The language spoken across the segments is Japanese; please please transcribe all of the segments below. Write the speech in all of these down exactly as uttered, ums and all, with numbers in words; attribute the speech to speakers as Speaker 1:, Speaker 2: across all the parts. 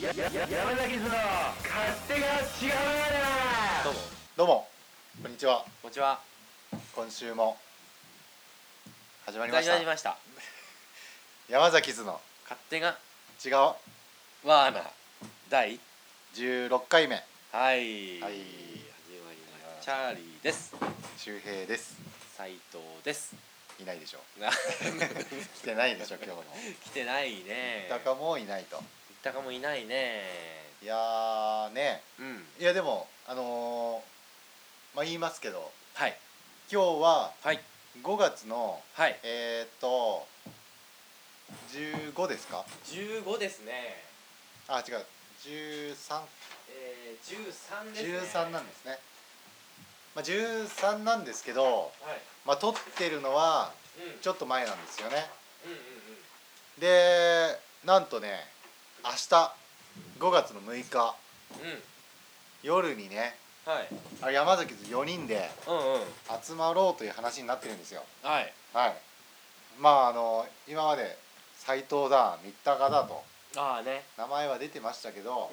Speaker 1: 山崎図の勝手が違うや
Speaker 2: どうも
Speaker 3: どうもこんにちは。
Speaker 2: こんにちは。
Speaker 3: 今週も始まりました
Speaker 2: 始まりました。
Speaker 3: 山崎図の
Speaker 2: 勝手が
Speaker 3: 違う
Speaker 2: ワーナ第
Speaker 3: じゅうろっかいめ。
Speaker 2: はい、
Speaker 3: はい
Speaker 2: 始まりました。チャーリーです。
Speaker 3: 周平です。
Speaker 2: 斉藤です。
Speaker 3: いないでしょ
Speaker 2: な
Speaker 3: 来てないでしょ今日も。
Speaker 2: 来てないね。
Speaker 3: たかもいないと。
Speaker 2: 行ったかもいないね。
Speaker 3: いやーね
Speaker 2: うん
Speaker 3: いやでもあのー、まあ言いますけど
Speaker 2: はい
Speaker 3: 今日は
Speaker 2: はい
Speaker 3: ごがつの
Speaker 2: はい
Speaker 3: えー、っとじゅうごですか。
Speaker 2: じゅうごですね。
Speaker 3: あ違うじゅうさん
Speaker 2: えー、じゅうさんですね。
Speaker 3: じゅうさんなんですね。まあじゅうさんなんですけど、
Speaker 2: はい
Speaker 3: まあ撮ってるのは
Speaker 2: うん
Speaker 3: ちょっと前なんですよね。
Speaker 2: うんうんうん
Speaker 3: でなんとね明日ごがつのむいか
Speaker 2: うん
Speaker 3: 夜にね
Speaker 2: はい
Speaker 3: あ山崎とよにんで
Speaker 2: うんうん
Speaker 3: 集まろうという話になってるんですよ。
Speaker 2: はい
Speaker 3: はい。まああの今まで斉藤だ三鷹だと
Speaker 2: ああね
Speaker 3: 名前は出てましたけど、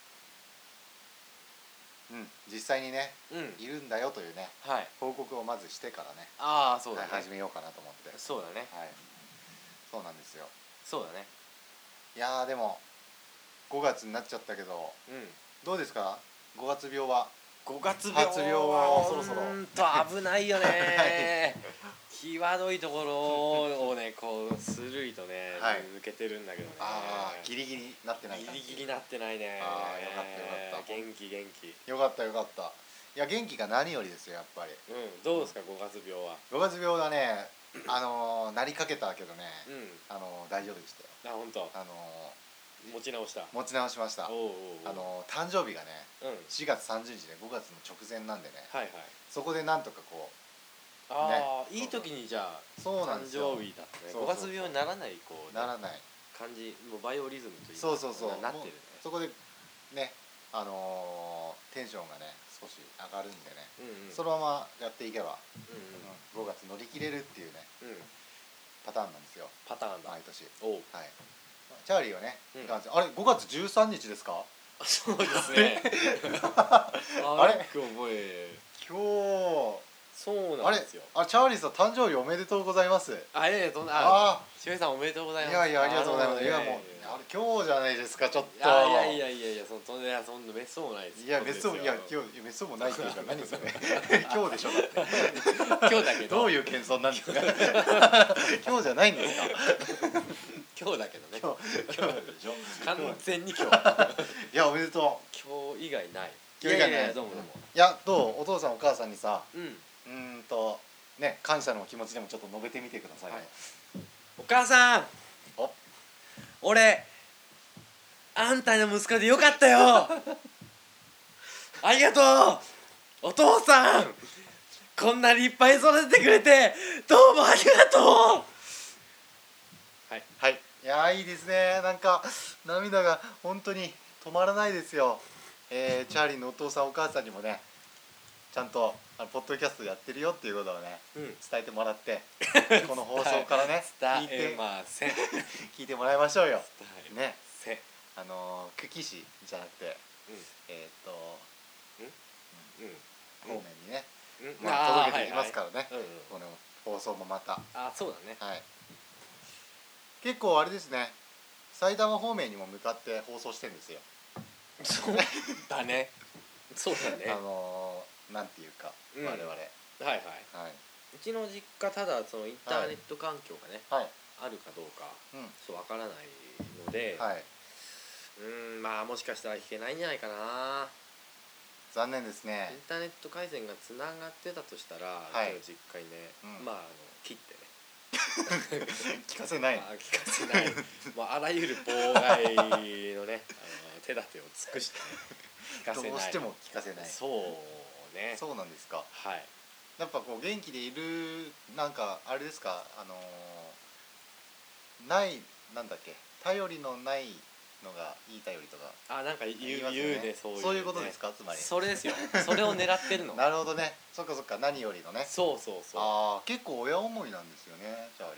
Speaker 2: う
Speaker 3: うん実際にね
Speaker 2: んうん
Speaker 3: いるんだよというね
Speaker 2: はい
Speaker 3: 報告をまずしてからね、
Speaker 2: ああそうだね、
Speaker 3: はい、始めようかなと思って。
Speaker 2: そうだね
Speaker 3: はい。そうなんですよ。
Speaker 2: そうだね
Speaker 3: いやーでもごがつになっちゃったけど
Speaker 2: うん
Speaker 3: どうですかごがつ病は。
Speaker 2: ごがつ病
Speaker 3: 発病はそろそろ
Speaker 2: ほんと危ないよね際どいところをねこうスルイとね、
Speaker 3: はい
Speaker 2: 抜けてるんだけどね
Speaker 3: ああギリギリなってない
Speaker 2: ギ
Speaker 3: 感じ。
Speaker 2: リギリなってないね
Speaker 3: あーよかったよかった
Speaker 2: 元気元気
Speaker 3: よかったよかった。いや元気が何よりですよやっぱり。
Speaker 2: うんどうですかごがつ病は。
Speaker 3: ごがつ病がねあのー、なりかけたけどね、
Speaker 2: うん
Speaker 3: あのー、大丈夫でしたよ。
Speaker 2: あ本当
Speaker 3: あの
Speaker 2: 持ち直した
Speaker 3: ー、持ち直しました。
Speaker 2: おうおうおう
Speaker 3: あのー、誕生日がね
Speaker 2: うん
Speaker 3: しがつさんじゅうにちでごがつの直前なんでね、
Speaker 2: はいはい
Speaker 3: そこでなんとかこ
Speaker 2: ああ、
Speaker 3: ね
Speaker 2: いい時にじゃあ
Speaker 3: うそうなん
Speaker 2: 誕
Speaker 3: ですよ。
Speaker 2: 生日だったね
Speaker 3: そうそうそう
Speaker 2: ごがつ病にならないこうね
Speaker 3: ならない。
Speaker 2: 感じもうバイオリズムというか
Speaker 3: そうそうそう
Speaker 2: ななってるね
Speaker 3: もうそこでねあのー、テンションがね少し上がるんでね、
Speaker 2: うんうん
Speaker 3: そのままやっていけば、
Speaker 2: うん
Speaker 3: うん、ごがつ乗り切れるっていうね
Speaker 2: うんうん
Speaker 3: パターンなんですよ
Speaker 2: パターンだ
Speaker 3: 毎年。
Speaker 2: おう
Speaker 3: はい。チャーリーはね、
Speaker 2: うん
Speaker 3: いかんせんあれごがつじゅうさんにちですか。
Speaker 2: あそうですね
Speaker 3: あ
Speaker 2: あ
Speaker 3: れ
Speaker 2: れ今日覚え
Speaker 3: 今日
Speaker 2: そう
Speaker 3: あれ
Speaker 2: なんですよ
Speaker 3: あチャーリーさん誕生日おめでとうございます。
Speaker 2: あいやいやそんなあ
Speaker 3: あ
Speaker 2: しおりさんおめでとうござい
Speaker 3: あ
Speaker 2: ます。
Speaker 3: いやいやありがとうございます。いや
Speaker 2: あの
Speaker 3: もうあれ今日じゃないですかちょっと。
Speaker 2: いやいやいやいやいやそんそんなそんなめっそうもないです。
Speaker 3: いや別荘いや今日別荘もないっていうか何それ今日でしょだって
Speaker 2: 今日だけど
Speaker 3: どういう謙遜なんですか今日じゃないんですか
Speaker 2: 今日だけどね
Speaker 3: 今日今日でしょ
Speaker 2: 完全に今日
Speaker 3: いやおめでとう。
Speaker 2: 今日以外ない。
Speaker 3: 今日以外ない
Speaker 2: やややどうもどうも。
Speaker 3: いやどうお父さんお母さんにさ
Speaker 2: うん
Speaker 3: うーんとね感謝の気持ちでもちょっと述べてみてくださいよ。
Speaker 2: はいお母さん
Speaker 3: お
Speaker 2: 俺あんたの息子でよかったよありがとうお父さんこんな立派に育ててくれてどうもありがとうはい
Speaker 3: はいいやいいですねなんか涙が本当に止まらないですよ。えー、チャーリーのお父さんお母さんにもねちゃんとあのポッドキャストやってるよっていうことをね
Speaker 2: うん
Speaker 3: 伝えてもらってこの放送からね聞い
Speaker 2: 伝え
Speaker 3: て
Speaker 2: ません
Speaker 3: 聞いてもらいましょうよ。
Speaker 2: 伝え
Speaker 3: ね
Speaker 2: ません
Speaker 3: あのー、久喜市じゃなくてえー、っと
Speaker 2: うん
Speaker 3: 方面にね、
Speaker 2: うんうん
Speaker 3: まあ、
Speaker 2: あー
Speaker 3: 届けていきますからね、
Speaker 2: はいはいうんうん
Speaker 3: この放送もまた
Speaker 2: あそうだね
Speaker 3: はい結構あれですね埼玉方面にも向かって放送してるんですよ。
Speaker 2: そうだねそうだね
Speaker 3: あのー、なんていうか、
Speaker 2: うん
Speaker 3: 我々はい
Speaker 2: はいはいうちの実家ただそのインターネット環境がね、
Speaker 3: はい
Speaker 2: あるかどうか
Speaker 3: うん
Speaker 2: そうわからないので、
Speaker 3: はい、
Speaker 2: うーんまあもしかしたら弾けないんじゃないかな。
Speaker 3: 残念です
Speaker 2: イ
Speaker 3: ね
Speaker 2: ン。ターネット回線がつながってたとしたら、
Speaker 3: はいう
Speaker 2: ちの実家にね、
Speaker 3: うん
Speaker 2: まああの切ってね
Speaker 3: 聞かせない。
Speaker 2: まあ聞かせないまああらゆる妨害のねあの手立てを尽くしてね聞かせない
Speaker 3: どうしても聞かせない。
Speaker 2: そうね
Speaker 3: そうなんですか。
Speaker 2: はい
Speaker 3: やっぱこう元気でいるなんかあれですかあのー、ないなんだっけ頼りのないのがいい頼りとか
Speaker 2: あなんか言う
Speaker 3: 言います
Speaker 2: 言う
Speaker 3: よね
Speaker 2: ねそういうね
Speaker 3: そういうことですかつまり。
Speaker 2: それですよそれを狙ってるの
Speaker 3: なるほどね。そっかそっか何よりのね。
Speaker 2: そうそうそう
Speaker 3: ああ結構親思いなんですよねチャーリ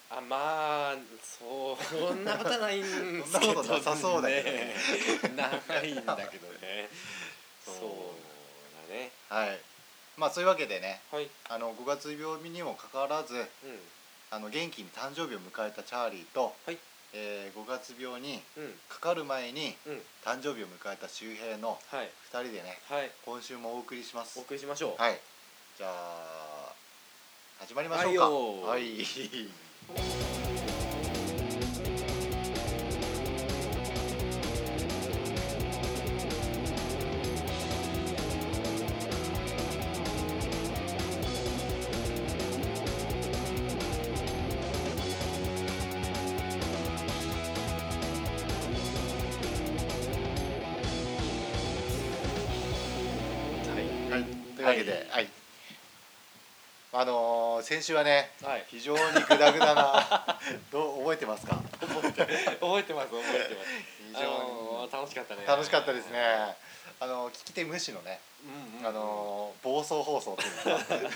Speaker 2: あまあそうそんなことはないんですけど、ね、
Speaker 3: そんなことなさそうだけどね
Speaker 2: ないんだけどねそうだね。
Speaker 3: はい、まあそういうわけでね、
Speaker 2: はい、
Speaker 3: あのごがつ病にもかかわらず、
Speaker 2: うん、
Speaker 3: あの元気に誕生日を迎えたチャーリーと、
Speaker 2: はい、
Speaker 3: えー、ごがつ病に
Speaker 2: うん
Speaker 3: かかる前に
Speaker 2: うん
Speaker 3: 誕生日を迎えた周平の
Speaker 2: はい
Speaker 3: ふたりでね、
Speaker 2: はい
Speaker 3: 今週もお送りします。
Speaker 2: お送りしましょう。
Speaker 3: はい、じゃあ始まりましょうか。
Speaker 2: はいよー
Speaker 3: はいはい、というわけで、はい、あのー、先週はね、
Speaker 2: はい
Speaker 3: 非常にグダグダなどう覚えてますか？
Speaker 2: 覚えてます覚えてます
Speaker 3: 非常に、
Speaker 2: あのー楽しかったね。
Speaker 3: 楽しかったですね。あのー、聞き手無視のね、
Speaker 2: うんうんうん、
Speaker 3: あのー、暴走放送っていうのが突っ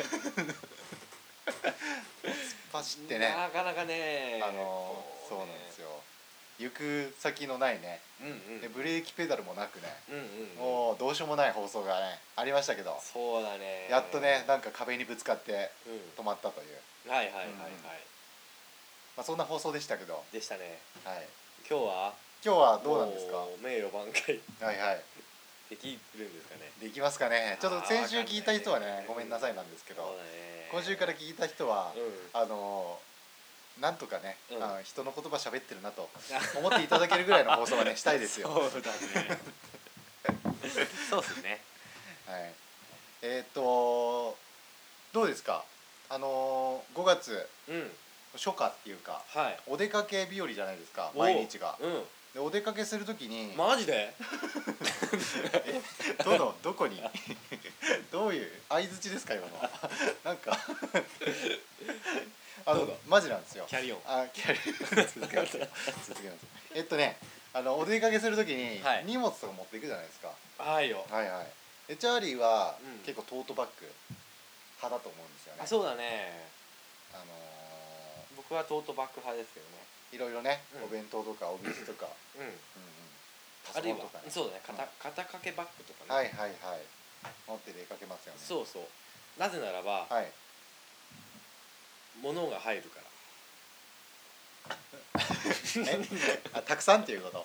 Speaker 3: 走ってね、
Speaker 2: なかなかね
Speaker 3: あのー、そうなんですよ。行く先のないね、
Speaker 2: うんうん
Speaker 3: でブレーキペダルもなくね、
Speaker 2: うんうんうん、
Speaker 3: もうどうしようもない放送がねありましたけど、
Speaker 2: そうだね、
Speaker 3: やっとねなんか壁にぶつかって
Speaker 2: うん、
Speaker 3: 止まったという、
Speaker 2: はいはいはいはい、
Speaker 3: うんまあ、そんな放送でしたけど、
Speaker 2: でしたね。
Speaker 3: はい、
Speaker 2: 今日は
Speaker 3: 今日はどうなんですか？
Speaker 2: もう名誉挽回
Speaker 3: はいはい
Speaker 2: できるんですかね。
Speaker 3: できますかね。ちょっと先週聞いた人はね
Speaker 2: あー
Speaker 3: ごめんなさいなんですけど、
Speaker 2: そうだね、
Speaker 3: 今週から聞いた人は、
Speaker 2: うん
Speaker 3: あのーなんとかね、
Speaker 2: うん
Speaker 3: あの人の言葉喋ってるなと思っていただけるぐらいの放送はねしたいですよ。
Speaker 2: そうだねそうですね。
Speaker 3: はい、えー、っとどうですか？あのー、ごがつ
Speaker 2: うん
Speaker 3: 初夏っていうか
Speaker 2: はい
Speaker 3: お出かけ日和じゃないですか、
Speaker 2: お
Speaker 3: 毎日が。
Speaker 2: うん
Speaker 3: でお出かけするときに、
Speaker 2: マジで
Speaker 3: どのどこにどういう相づちですか今のなんかあの
Speaker 2: どうぞ
Speaker 3: マジなんですよ。
Speaker 2: キャリオン
Speaker 3: あキャリ続けます続けますえっとねあのお出かけするときに
Speaker 2: はい
Speaker 3: 荷物とか持っていくじゃないですか。
Speaker 2: はいよ。
Speaker 3: はいはい。でチャーリーは、
Speaker 2: うん
Speaker 3: 結構トートバッグ派だと思うんですよね。
Speaker 2: あそうだね。
Speaker 3: あの
Speaker 2: 僕はトートバッグ派ですけどね。
Speaker 3: ー、いろいろね、
Speaker 2: うん
Speaker 3: お弁当とかお水とか、
Speaker 2: うん。
Speaker 3: うんうん、パ
Speaker 2: あるいは
Speaker 3: ソコンとかね。
Speaker 2: そうだね。肩肩掛けバッグとかね。
Speaker 3: はいはいはい持って出かけますよね。
Speaker 2: そうそう。なぜならば、
Speaker 3: はい。
Speaker 2: 物が入るから。
Speaker 3: えあたくさんっていうこと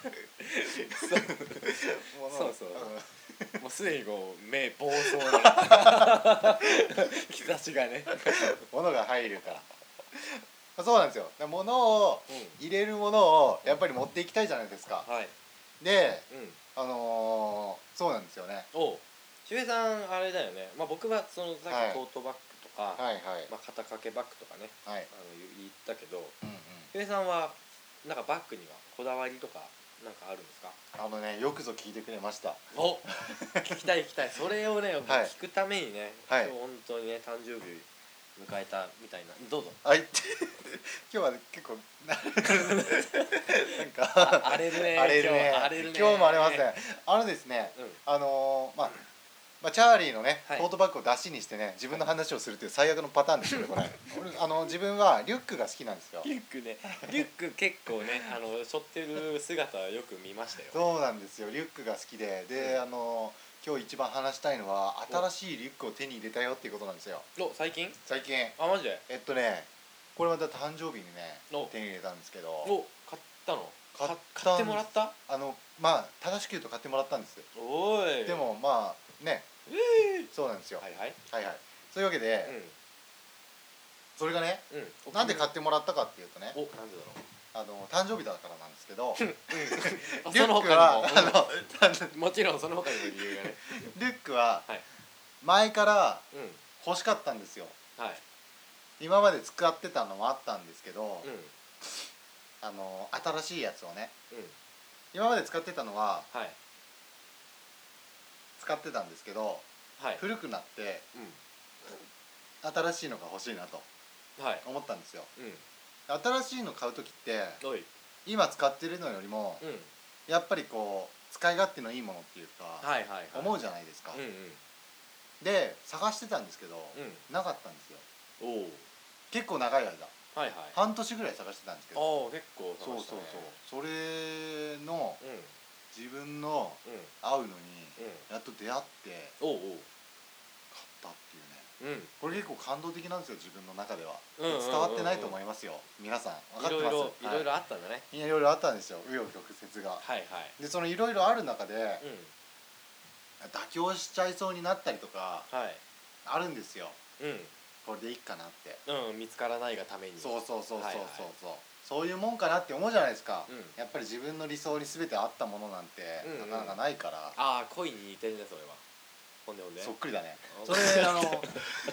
Speaker 2: そうそうもうすでにこう目暴走な兆しがね。
Speaker 3: 物が入るからそうなんですよ。物を
Speaker 2: うん。
Speaker 3: 入れるものをやっぱり持っていきたいじゃないですか。
Speaker 2: はい。
Speaker 3: で
Speaker 2: うん。
Speaker 3: あのー、そうなんですよね。
Speaker 2: おう。しゅうえいさんあれだよね。まあ僕はそのさ
Speaker 3: はい
Speaker 2: っきトートバッグとか、
Speaker 3: はいはい
Speaker 2: まあ肩掛けバッグとかね、
Speaker 3: はい。
Speaker 2: あの言ったけど、
Speaker 3: うんうん。
Speaker 2: しゅうえいさんはなんかバッグにはこだわりとかなんかあるんですか？
Speaker 3: あのねよくぞ聞いてくれました。
Speaker 2: お聞きたい聞きたい。それをね、僕
Speaker 3: はい
Speaker 2: 聞くためにね、
Speaker 3: はい
Speaker 2: 今日本当にね誕生日迎えたみたいな。どうぞ。
Speaker 3: はい今日は結構ななんか
Speaker 2: あ荒れるね。
Speaker 3: 荒れるね
Speaker 2: 今日荒れるね。
Speaker 3: 今日も荒れますね。あのですね
Speaker 2: うん。
Speaker 3: あのー、まあまあ、チャーリーのね、
Speaker 2: はい
Speaker 3: トートバッグを出しにしてね自分の話をするという最悪のパターンですよねこれ俺あの自分はリュックが好きなんですよ。
Speaker 2: リュックね、リュック結構ね、あの背負ってる姿はよく見ましたよ。
Speaker 3: そうなんですよリュックが好きでで、
Speaker 2: うん
Speaker 3: あの今日一番話したいのは新しいリュックを手に入れたよっていうことなんですよ
Speaker 2: お、最近？
Speaker 3: 最近。
Speaker 2: あ、マジで？
Speaker 3: えっとねこれまた誕生日にね
Speaker 2: お
Speaker 3: 手に入れたんですけど
Speaker 2: お、買ったの？
Speaker 3: 買ったんです
Speaker 2: 買ってもらった？
Speaker 3: あのまあ正しく言うと買ってもらったんです。
Speaker 2: おい。
Speaker 3: でもまあね
Speaker 2: えー、
Speaker 3: そうなんですよ、
Speaker 2: はいはい。
Speaker 3: はいはいそういうわけで、それがね
Speaker 2: うんうん。
Speaker 3: なんで買ってもらったかっていうとね
Speaker 2: お、なんでだろう。
Speaker 3: あの誕生日だからなんですけどリ
Speaker 2: あ
Speaker 3: ュック
Speaker 2: その他
Speaker 3: は
Speaker 2: にも
Speaker 3: あの
Speaker 2: うんもちろんその他にも理由がね。
Speaker 3: リュックは
Speaker 2: はい
Speaker 3: 前から
Speaker 2: うん
Speaker 3: 欲しかったんですよ。
Speaker 2: はい
Speaker 3: 今まで使ってたのもあったんですけど、
Speaker 2: うん
Speaker 3: あの新しいやつをね
Speaker 2: うん
Speaker 3: 今まで使ってたのは
Speaker 2: はい
Speaker 3: 使ってたんですけど
Speaker 2: はい
Speaker 3: 古くなって
Speaker 2: う
Speaker 3: 新しいのが欲しいなと
Speaker 2: んはい
Speaker 3: 思ったんですよ。
Speaker 2: うん
Speaker 3: 新しいの買う時って
Speaker 2: おい
Speaker 3: 今使ってるのよりも
Speaker 2: うん
Speaker 3: やっぱりこう使い勝手のいいものっていうか
Speaker 2: はいはいはい
Speaker 3: 思うじゃないですか。
Speaker 2: うんうん
Speaker 3: で探してたんですけど
Speaker 2: う
Speaker 3: なかったんですよ。
Speaker 2: んおお
Speaker 3: 結構長い間
Speaker 2: はいはい。
Speaker 3: 半年ぐらい探してたんですけど、
Speaker 2: ああ結構
Speaker 3: そうそう
Speaker 2: 探したね。
Speaker 3: そうそれの
Speaker 2: うん
Speaker 3: 自分の
Speaker 2: うん
Speaker 3: 合うのに
Speaker 2: うん。
Speaker 3: やっと出会って
Speaker 2: おうおう。
Speaker 3: 買ったっていうね。
Speaker 2: うん。
Speaker 3: これ結構感動的なんですよ、自分の中では。
Speaker 2: うんうんうんうん
Speaker 3: 伝わってないと思いますよ、皆さん分かってます。
Speaker 2: いろいろいろいろ
Speaker 3: は
Speaker 2: あったんだね。
Speaker 3: い、いろいろあったんですよ、紆余曲折が。
Speaker 2: はいはい。
Speaker 3: でそのいろいろある中で
Speaker 2: う
Speaker 3: 妥協しちゃいそうになったりとか
Speaker 2: ん。はい。
Speaker 3: あるんですよ、
Speaker 2: うん
Speaker 3: これでいいかなって。
Speaker 2: うん、見つからないがために。
Speaker 3: そうそうそうそうそうそう、
Speaker 2: はいはい
Speaker 3: そういうもんかなって思うじゃないですか、
Speaker 2: うん
Speaker 3: やっぱり自分の理想に全てあったものなんて
Speaker 2: うんうん
Speaker 3: なかなかないから、
Speaker 2: ああ恋に似てるねそれは。ほんでほんで。
Speaker 3: そっくりだね。
Speaker 2: あ
Speaker 3: それあの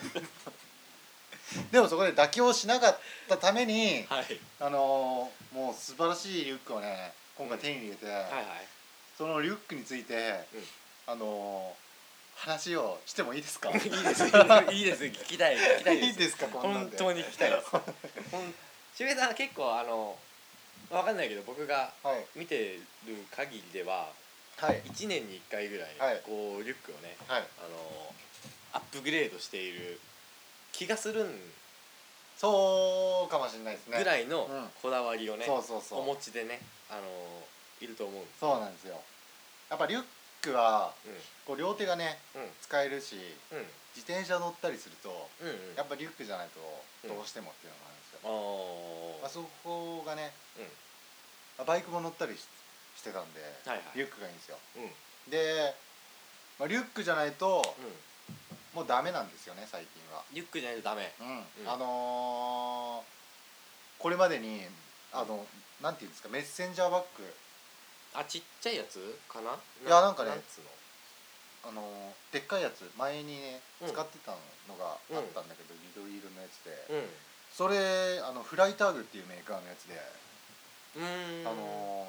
Speaker 3: でもそこで妥協しなかったために、
Speaker 2: はい。
Speaker 3: あのーもう素晴らしいリュックをね今回手に入れて、
Speaker 2: はいはい。
Speaker 3: そのリュックについて、
Speaker 2: うん
Speaker 3: あのー話をしてもいいですか？
Speaker 2: いいですいいですいいです聞きたい聞きたいです。
Speaker 3: いいですかこんなん
Speaker 2: 本
Speaker 3: で。
Speaker 2: 当に聞きたいです。ほんしゅうえいさん結構あのわかんないけど僕が
Speaker 3: はい
Speaker 2: 見てる限りでは
Speaker 3: はい
Speaker 2: いちねんにいっかいぐらい
Speaker 3: はい
Speaker 2: こうリュックをね
Speaker 3: はい
Speaker 2: あのアップグレードしている気がするん
Speaker 3: そうかもしれないですね。
Speaker 2: ぐらいの
Speaker 3: うん
Speaker 2: こだわりをね
Speaker 3: そうそうそう
Speaker 2: お持ちでねあのいると思うんです。
Speaker 3: そうなんですよ。やっぱリュックは
Speaker 2: う
Speaker 3: こう両手がね
Speaker 2: んうん
Speaker 3: 使えるし、
Speaker 2: うん
Speaker 3: 自転車乗ったりすると
Speaker 2: うんうん。
Speaker 3: やっぱリュックじゃないとどうしてもっていうのがあるんですよ。
Speaker 2: あ
Speaker 3: まあ、そこがね、
Speaker 2: うん
Speaker 3: まあバイクも乗ったりししてたんで、
Speaker 2: はいはい
Speaker 3: リュックがいいんですよ。
Speaker 2: うんうん
Speaker 3: で、まあ、リュックじゃないともうダメなんですよね最近は。
Speaker 2: リュックじゃないとダメ。
Speaker 3: うん
Speaker 2: うん
Speaker 3: あのー、これまでにあのなんていうんですかメッセンジャーバッグ、
Speaker 2: あちっちゃいやつかな。
Speaker 3: いやなんかね
Speaker 2: なんつうの
Speaker 3: あのー、でっかいやつ前にね
Speaker 2: うん
Speaker 3: 使ってたのがあったんだけど、緑色のやつで、
Speaker 2: うん
Speaker 3: それあのフライターグっていうメーカーのやつで、
Speaker 2: うーん
Speaker 3: あの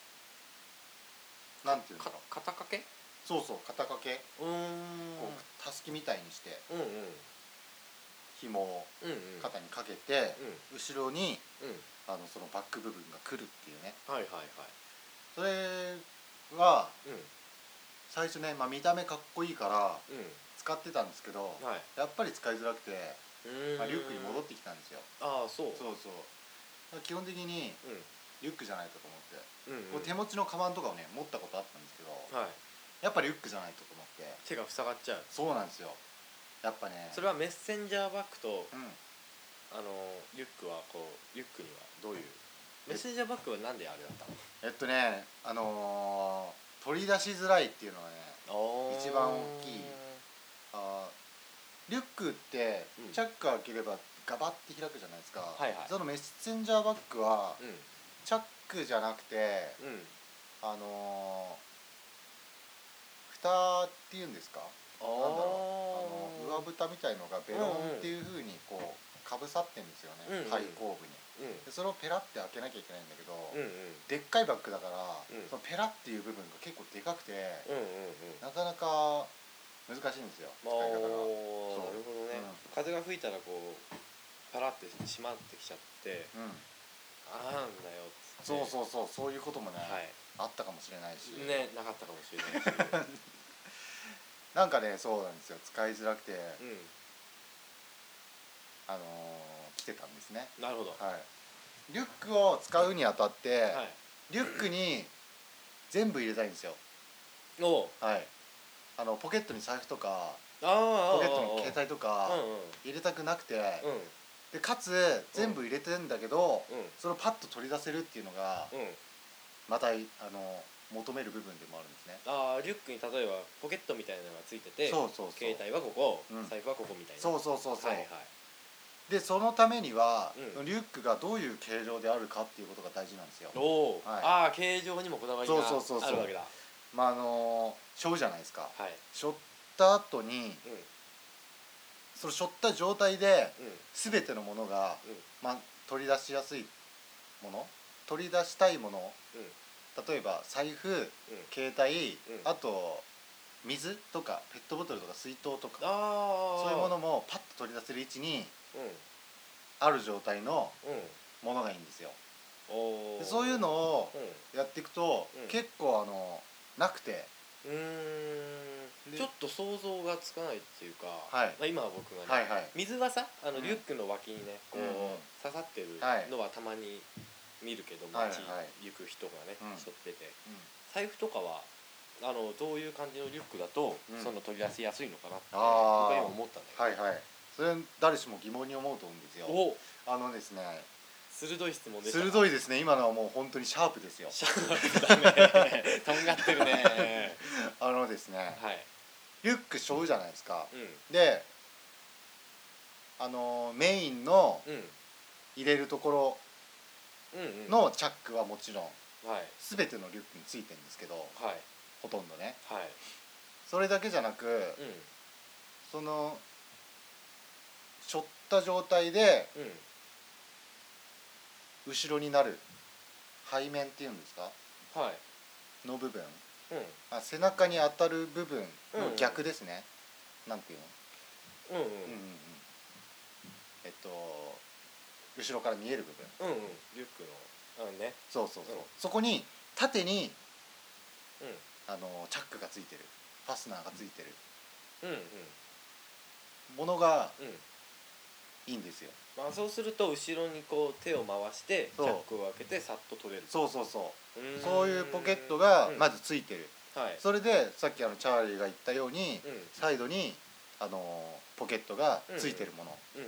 Speaker 3: ー、なんていうんだ
Speaker 2: か
Speaker 3: ろう、
Speaker 2: 肩掛け
Speaker 3: そうそう肩掛け
Speaker 2: うーん
Speaker 3: こうたすきみたいにして
Speaker 2: うんうん
Speaker 3: 紐を
Speaker 2: うんうん
Speaker 3: 肩にかけて、
Speaker 2: うん
Speaker 3: 後ろに
Speaker 2: うん
Speaker 3: あのそのバック部分が来るっていうね。
Speaker 2: はいはいはい
Speaker 3: それは
Speaker 2: うん
Speaker 3: 最初ね、まあ、見た目かっこいいから
Speaker 2: う
Speaker 3: 使ってたんですけど、
Speaker 2: んはい
Speaker 3: やっぱり使いづらくて、
Speaker 2: うーん
Speaker 3: まあ、リュックに戻ってきたんですよ。
Speaker 2: ああそう
Speaker 3: そうそうだから基本的に
Speaker 2: うん
Speaker 3: リュックじゃないとと思って、
Speaker 2: うんうん
Speaker 3: こう手持ちのカバンとかをね持ったことあったんですけど、
Speaker 2: はい
Speaker 3: やっぱりリュックじゃないとと思って。
Speaker 2: 手が塞がっちゃう。
Speaker 3: そうなんですよやっぱね。
Speaker 2: それはメッセンジャーバッグと
Speaker 3: うん
Speaker 2: あのリュックはこうリュックにはどういうメッセンジャーバッグはなんであれだったの？
Speaker 3: えっとねあのー、取り出しづらいっていうのがね一番大きい。あーリュックって
Speaker 2: うん
Speaker 3: チャック開ければガバッて開くじゃないですか、
Speaker 2: はいはい
Speaker 3: そのメッセンジャーバッグは
Speaker 2: うん
Speaker 3: チャックじゃなくて
Speaker 2: うん
Speaker 3: あのー、蓋っていうんですか、
Speaker 2: あ
Speaker 3: なんだろうあの上蓋みたいのがベロ
Speaker 2: うんうん
Speaker 3: ンっていう風にこうかぶさってんですよね、
Speaker 2: うんうん
Speaker 3: 開口部に。
Speaker 2: うん
Speaker 3: でそれをペラって開けなきゃいけないんだけど、
Speaker 2: うんうん
Speaker 3: でっかいバッグだから、
Speaker 2: うん
Speaker 3: そのペラっていう部分が結構でかくて、
Speaker 2: うんうんうん
Speaker 3: なかなか難しいんですよ使い方が。
Speaker 2: おー
Speaker 3: そう
Speaker 2: なるほどね、
Speaker 3: うん
Speaker 2: 風が吹いたらこうパラって閉まってきちゃって
Speaker 3: うん
Speaker 2: ああなんだよっつって
Speaker 3: そうそうそうそういうこともね、
Speaker 2: はい
Speaker 3: あったかもしれないし、
Speaker 2: ねなかったかもしれないし
Speaker 3: なんかねそうなんですよ使いづらくて、
Speaker 2: う
Speaker 3: あのー、来てたんですね。
Speaker 2: んなるほど
Speaker 3: はいリュックを使うにあたって、
Speaker 2: はい
Speaker 3: リュックに全部入れたいんですよ。
Speaker 2: おう
Speaker 3: はいあのポケットに財布とか
Speaker 2: ああ
Speaker 3: ポケットに携帯とか
Speaker 2: うんうん
Speaker 3: 入れたくなくて、
Speaker 2: うん
Speaker 3: でかつ全部入れてるんだけど、
Speaker 2: うん
Speaker 3: それをパッと取り出せるっていうのが
Speaker 2: うん
Speaker 3: またあの求める部分でもあるんですね。
Speaker 2: ああリュックに例えばポケットみたいなのがついてて
Speaker 3: そうそうそう
Speaker 2: 携帯はここ、
Speaker 3: うん
Speaker 2: 財布はここみたいな
Speaker 3: そうそうそうそう、
Speaker 2: はいはい
Speaker 3: でそのためには、
Speaker 2: うん
Speaker 3: リュックがどういう形状であるかっていうことが大事なんですよ。
Speaker 2: おお、
Speaker 3: はい
Speaker 2: ああ形状にもこだわりが
Speaker 3: そうそうそうそう
Speaker 2: あるわけだ
Speaker 3: まああの背負うじゃないですか。
Speaker 2: はい
Speaker 3: 背負った後に
Speaker 2: うん
Speaker 3: その背負った状態で
Speaker 2: うん
Speaker 3: 全てのものが、
Speaker 2: うん
Speaker 3: まあ、取り出しやすいもの取り出したいもの、
Speaker 2: うん
Speaker 3: 例えば財布
Speaker 2: うん
Speaker 3: 携帯、
Speaker 2: うん
Speaker 3: あと水とかペットボトルとか水筒とか
Speaker 2: ああ
Speaker 3: そういうものもパッと取り出せる位置に
Speaker 2: うん
Speaker 3: ある状態の
Speaker 2: うん
Speaker 3: ものがいいんですよ。
Speaker 2: おー
Speaker 3: でそういうのを
Speaker 2: うん
Speaker 3: やっていくと、
Speaker 2: うん
Speaker 3: 結構あのなくて
Speaker 2: うーん
Speaker 3: で
Speaker 2: ちょっと想像がつかないっていうか、
Speaker 3: はい
Speaker 2: まあ、今は僕がね、
Speaker 3: はいはい
Speaker 2: 水はさあの
Speaker 3: うん
Speaker 2: リュックの脇にねこう、
Speaker 3: うんうん
Speaker 2: 刺さってる
Speaker 3: はい
Speaker 2: のはたまに見るけど、
Speaker 3: はいはい
Speaker 2: 街行く人がね、
Speaker 3: うん
Speaker 2: 背負ってて
Speaker 3: うん
Speaker 2: 財布とかはあのどういう感じのリュックだと、
Speaker 3: うん
Speaker 2: その取り出しやすいのかなって僕
Speaker 3: あー
Speaker 2: は今思ったんだけど、
Speaker 3: はいはいそれ誰しも疑問に思うと思うんですよ。
Speaker 2: お
Speaker 3: あのですね
Speaker 2: 鋭い質問でした
Speaker 3: 鋭いですね。今のはもう本当にシャープですよ。
Speaker 2: シャープだねとんがってるね
Speaker 3: あのですね
Speaker 2: はい
Speaker 3: リュック背負うじゃないですか。
Speaker 2: う
Speaker 3: であのメインの
Speaker 2: んうん
Speaker 3: 入れるとこ
Speaker 2: うんうん
Speaker 3: ろのチャックはもちろん
Speaker 2: はい
Speaker 3: 全てのリュックについてるんですけど、
Speaker 2: はい
Speaker 3: ほとんどね。
Speaker 2: はい
Speaker 3: それだけじゃなく、
Speaker 2: うん
Speaker 3: その背負った状態で
Speaker 2: うん
Speaker 3: 後ろになる背面っていうんですか
Speaker 2: はい
Speaker 3: の部分、
Speaker 2: うん
Speaker 3: あ背中に当たる部分の逆ですね。なんていうの？
Speaker 2: うんうん
Speaker 3: うんうんうん。えっと後ろから見える部分。
Speaker 2: うんうんリュックのあのね
Speaker 3: そうそうそう。
Speaker 2: うん
Speaker 3: そこに縦に
Speaker 2: うん
Speaker 3: あのチャックがついてる、ファスナーがついてる
Speaker 2: うんうん
Speaker 3: ものが
Speaker 2: うん
Speaker 3: いいんですよ。
Speaker 2: まあそうすると後ろにこう手を回してチ
Speaker 3: そう
Speaker 2: ャックを開けてさっと取れる
Speaker 3: そうそうそうう。
Speaker 2: ーん
Speaker 3: そういうポケットが
Speaker 2: うん
Speaker 3: まずついてる。
Speaker 2: はい
Speaker 3: それでさっきあのチャーリーが言ったように、
Speaker 2: うん
Speaker 3: サイドにあのポケットがついてるもの、
Speaker 2: うん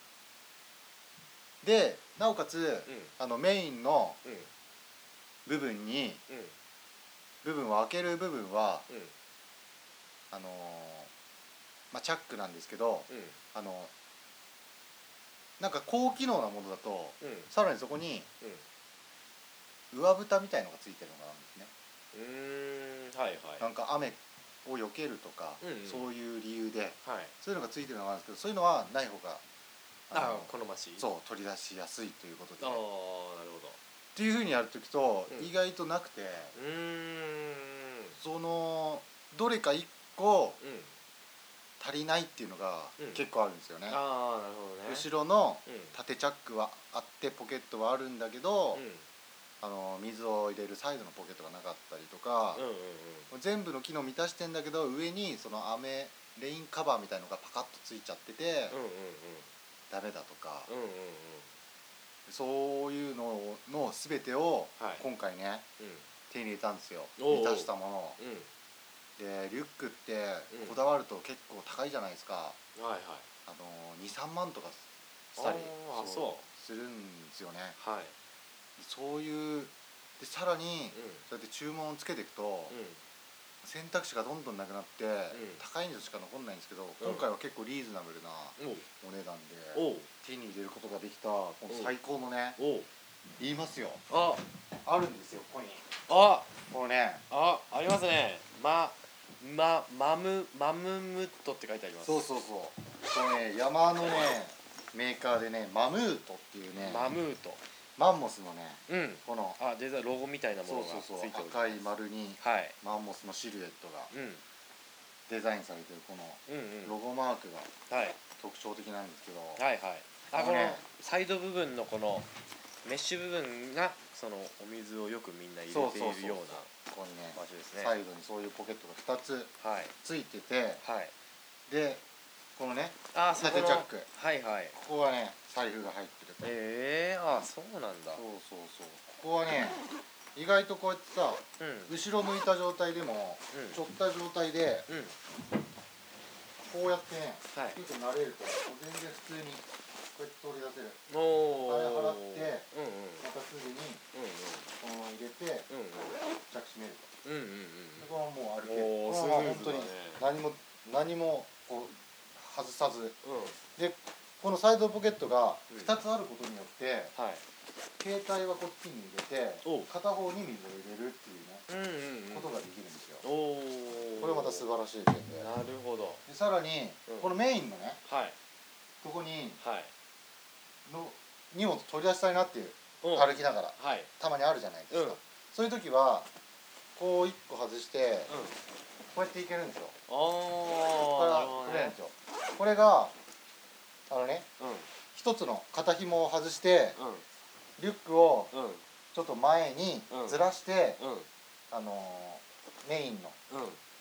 Speaker 3: でなおかつ、
Speaker 2: うん
Speaker 3: あのメインの
Speaker 2: うん
Speaker 3: 部分に
Speaker 2: うん
Speaker 3: 部分を開ける部分は
Speaker 2: うん
Speaker 3: あのまあチャックなんですけど、
Speaker 2: うん
Speaker 3: あのなんか高機能なものだと
Speaker 2: うん
Speaker 3: さらにそこに
Speaker 2: うん
Speaker 3: 上蓋みたいのがついてるのがあるんですね。
Speaker 2: うーんはいはい
Speaker 3: なんか雨を避けるとか、
Speaker 2: うんうん
Speaker 3: そういう理由で
Speaker 2: はい
Speaker 3: そういうのがついてるのがあるんですけど、そういうのはない方が
Speaker 2: あ
Speaker 3: の
Speaker 2: 好ましい
Speaker 3: そう取り出しやすいということで
Speaker 2: ああ
Speaker 3: っ
Speaker 2: なるほど
Speaker 3: ていうふうにやるときと
Speaker 2: うん
Speaker 3: 意外となくて、
Speaker 2: うーん
Speaker 3: そのどれかいっこ
Speaker 2: うん
Speaker 3: 足りないっていうのが
Speaker 2: うん
Speaker 3: 結構あるんですよね。
Speaker 2: ああなるほどね
Speaker 3: 後ろの
Speaker 2: うん
Speaker 3: 縦チャックはあってポケットはあるんだけど、
Speaker 2: うん
Speaker 3: あの水を入れるサイドのポケットがなかったりとか
Speaker 2: うんうんうん
Speaker 3: 全部の機能満たしてんだけど上にその雨レインカバーみたいのがパカッとついちゃってて
Speaker 2: うんうん
Speaker 3: ダメだとか、
Speaker 2: うんうんうん
Speaker 3: そういうのの全てを
Speaker 2: はい
Speaker 3: 今回ね
Speaker 2: うん
Speaker 3: 手に入れたんですよ。
Speaker 2: おうおう
Speaker 3: 満たしたものを
Speaker 2: うん
Speaker 3: でリュックって
Speaker 2: うん
Speaker 3: こだわると結構高いじゃないですか。
Speaker 2: はいはい
Speaker 3: あのにさんまんとかしたり
Speaker 2: あーそう
Speaker 3: するんですよね。
Speaker 2: はい
Speaker 3: そういうでさらに
Speaker 2: うん
Speaker 3: そうやって注文をつけていくと
Speaker 2: うん
Speaker 3: 選択肢がどんどんなくなって、
Speaker 2: ん
Speaker 3: 高いのしか残んないんですけど、
Speaker 2: うん
Speaker 3: 今回は結構リーズナブルな
Speaker 2: おう
Speaker 3: お値段で
Speaker 2: おう
Speaker 3: 手に入れることができたこの最高のね、
Speaker 2: おう
Speaker 3: 言いますよ、
Speaker 2: あ
Speaker 3: あるんですよここに
Speaker 2: あ
Speaker 3: このね。
Speaker 2: あありますねままマムマムムットって書いてあります
Speaker 3: そうそうそうこれね山のねメーカーでねマムートっていうね
Speaker 2: マムート
Speaker 3: マンモスのね
Speaker 2: うん
Speaker 3: この
Speaker 2: あデザインロゴみたいなも
Speaker 3: そう
Speaker 2: のがつ
Speaker 3: そうそう
Speaker 2: いております
Speaker 3: 赤い丸に
Speaker 2: はい
Speaker 3: マンモスのシルエットが
Speaker 2: うん
Speaker 3: デザインされてるこの
Speaker 2: うんうん
Speaker 3: ロゴマークが
Speaker 2: はい
Speaker 3: 特徴的なんですけど、
Speaker 2: はいはいあこの
Speaker 3: このね
Speaker 2: サイド部分のこのメッシュ部分がそのお水をよくみんな入れているような
Speaker 3: ここにね
Speaker 2: 場所ですね
Speaker 3: サイドにそういうポケットがふたつ
Speaker 2: はい
Speaker 3: ついてて、
Speaker 2: はい
Speaker 3: でこのね
Speaker 2: あーそこの
Speaker 3: 縦チャック
Speaker 2: はいはい
Speaker 3: ここはね財布が入ってると、
Speaker 2: ええー、あそうなんだ
Speaker 3: そうそうそうここはね意外とこうやってさ
Speaker 2: うん
Speaker 3: 後ろ向いた状態でも、
Speaker 2: うん
Speaker 3: ちょった状態で
Speaker 2: うん
Speaker 3: こうやってね、
Speaker 2: はい
Speaker 3: ピュッと慣れると全然普通にこうやって取り出せる。
Speaker 2: おお
Speaker 3: 金払って
Speaker 2: うんうん
Speaker 3: またすぐに
Speaker 2: うん
Speaker 3: このまま入れて
Speaker 2: うん
Speaker 3: 着閉めると。
Speaker 2: うんうんうん
Speaker 3: でこのままもう歩ける。
Speaker 2: おー
Speaker 3: このまま本当に
Speaker 2: スムーズ
Speaker 3: 何も何もこう外さず
Speaker 2: うん
Speaker 3: でこのサイドポケットが
Speaker 2: うん
Speaker 3: ふたつあることによって、
Speaker 2: はい
Speaker 3: 携帯はこっちに入れて
Speaker 2: おう
Speaker 3: 片方に水を入れるっていうね、
Speaker 2: うんうんうん
Speaker 3: ことができるんですよ。
Speaker 2: おお
Speaker 3: これまた素晴らしい点で。
Speaker 2: なるほど
Speaker 3: でさらに、
Speaker 2: うん
Speaker 3: このメインのね
Speaker 2: はい
Speaker 3: ここに
Speaker 2: はい
Speaker 3: の荷物取り出したいなっていう
Speaker 2: うん
Speaker 3: 歩きながら
Speaker 2: はい
Speaker 3: たまにあるじゃないですか、
Speaker 2: うん
Speaker 3: そういう時はこういっこ外して
Speaker 2: うん
Speaker 3: こうやっていけるんですよ。
Speaker 2: あ
Speaker 3: これが
Speaker 2: あなるほどね
Speaker 3: 取れるんですよ。これがあのね
Speaker 2: うん
Speaker 3: 一つの肩紐を外して
Speaker 2: うん
Speaker 3: リュックを
Speaker 2: うん
Speaker 3: ちょっと前に
Speaker 2: うん
Speaker 3: ずらして、
Speaker 2: うん
Speaker 3: あのーメインの
Speaker 2: うん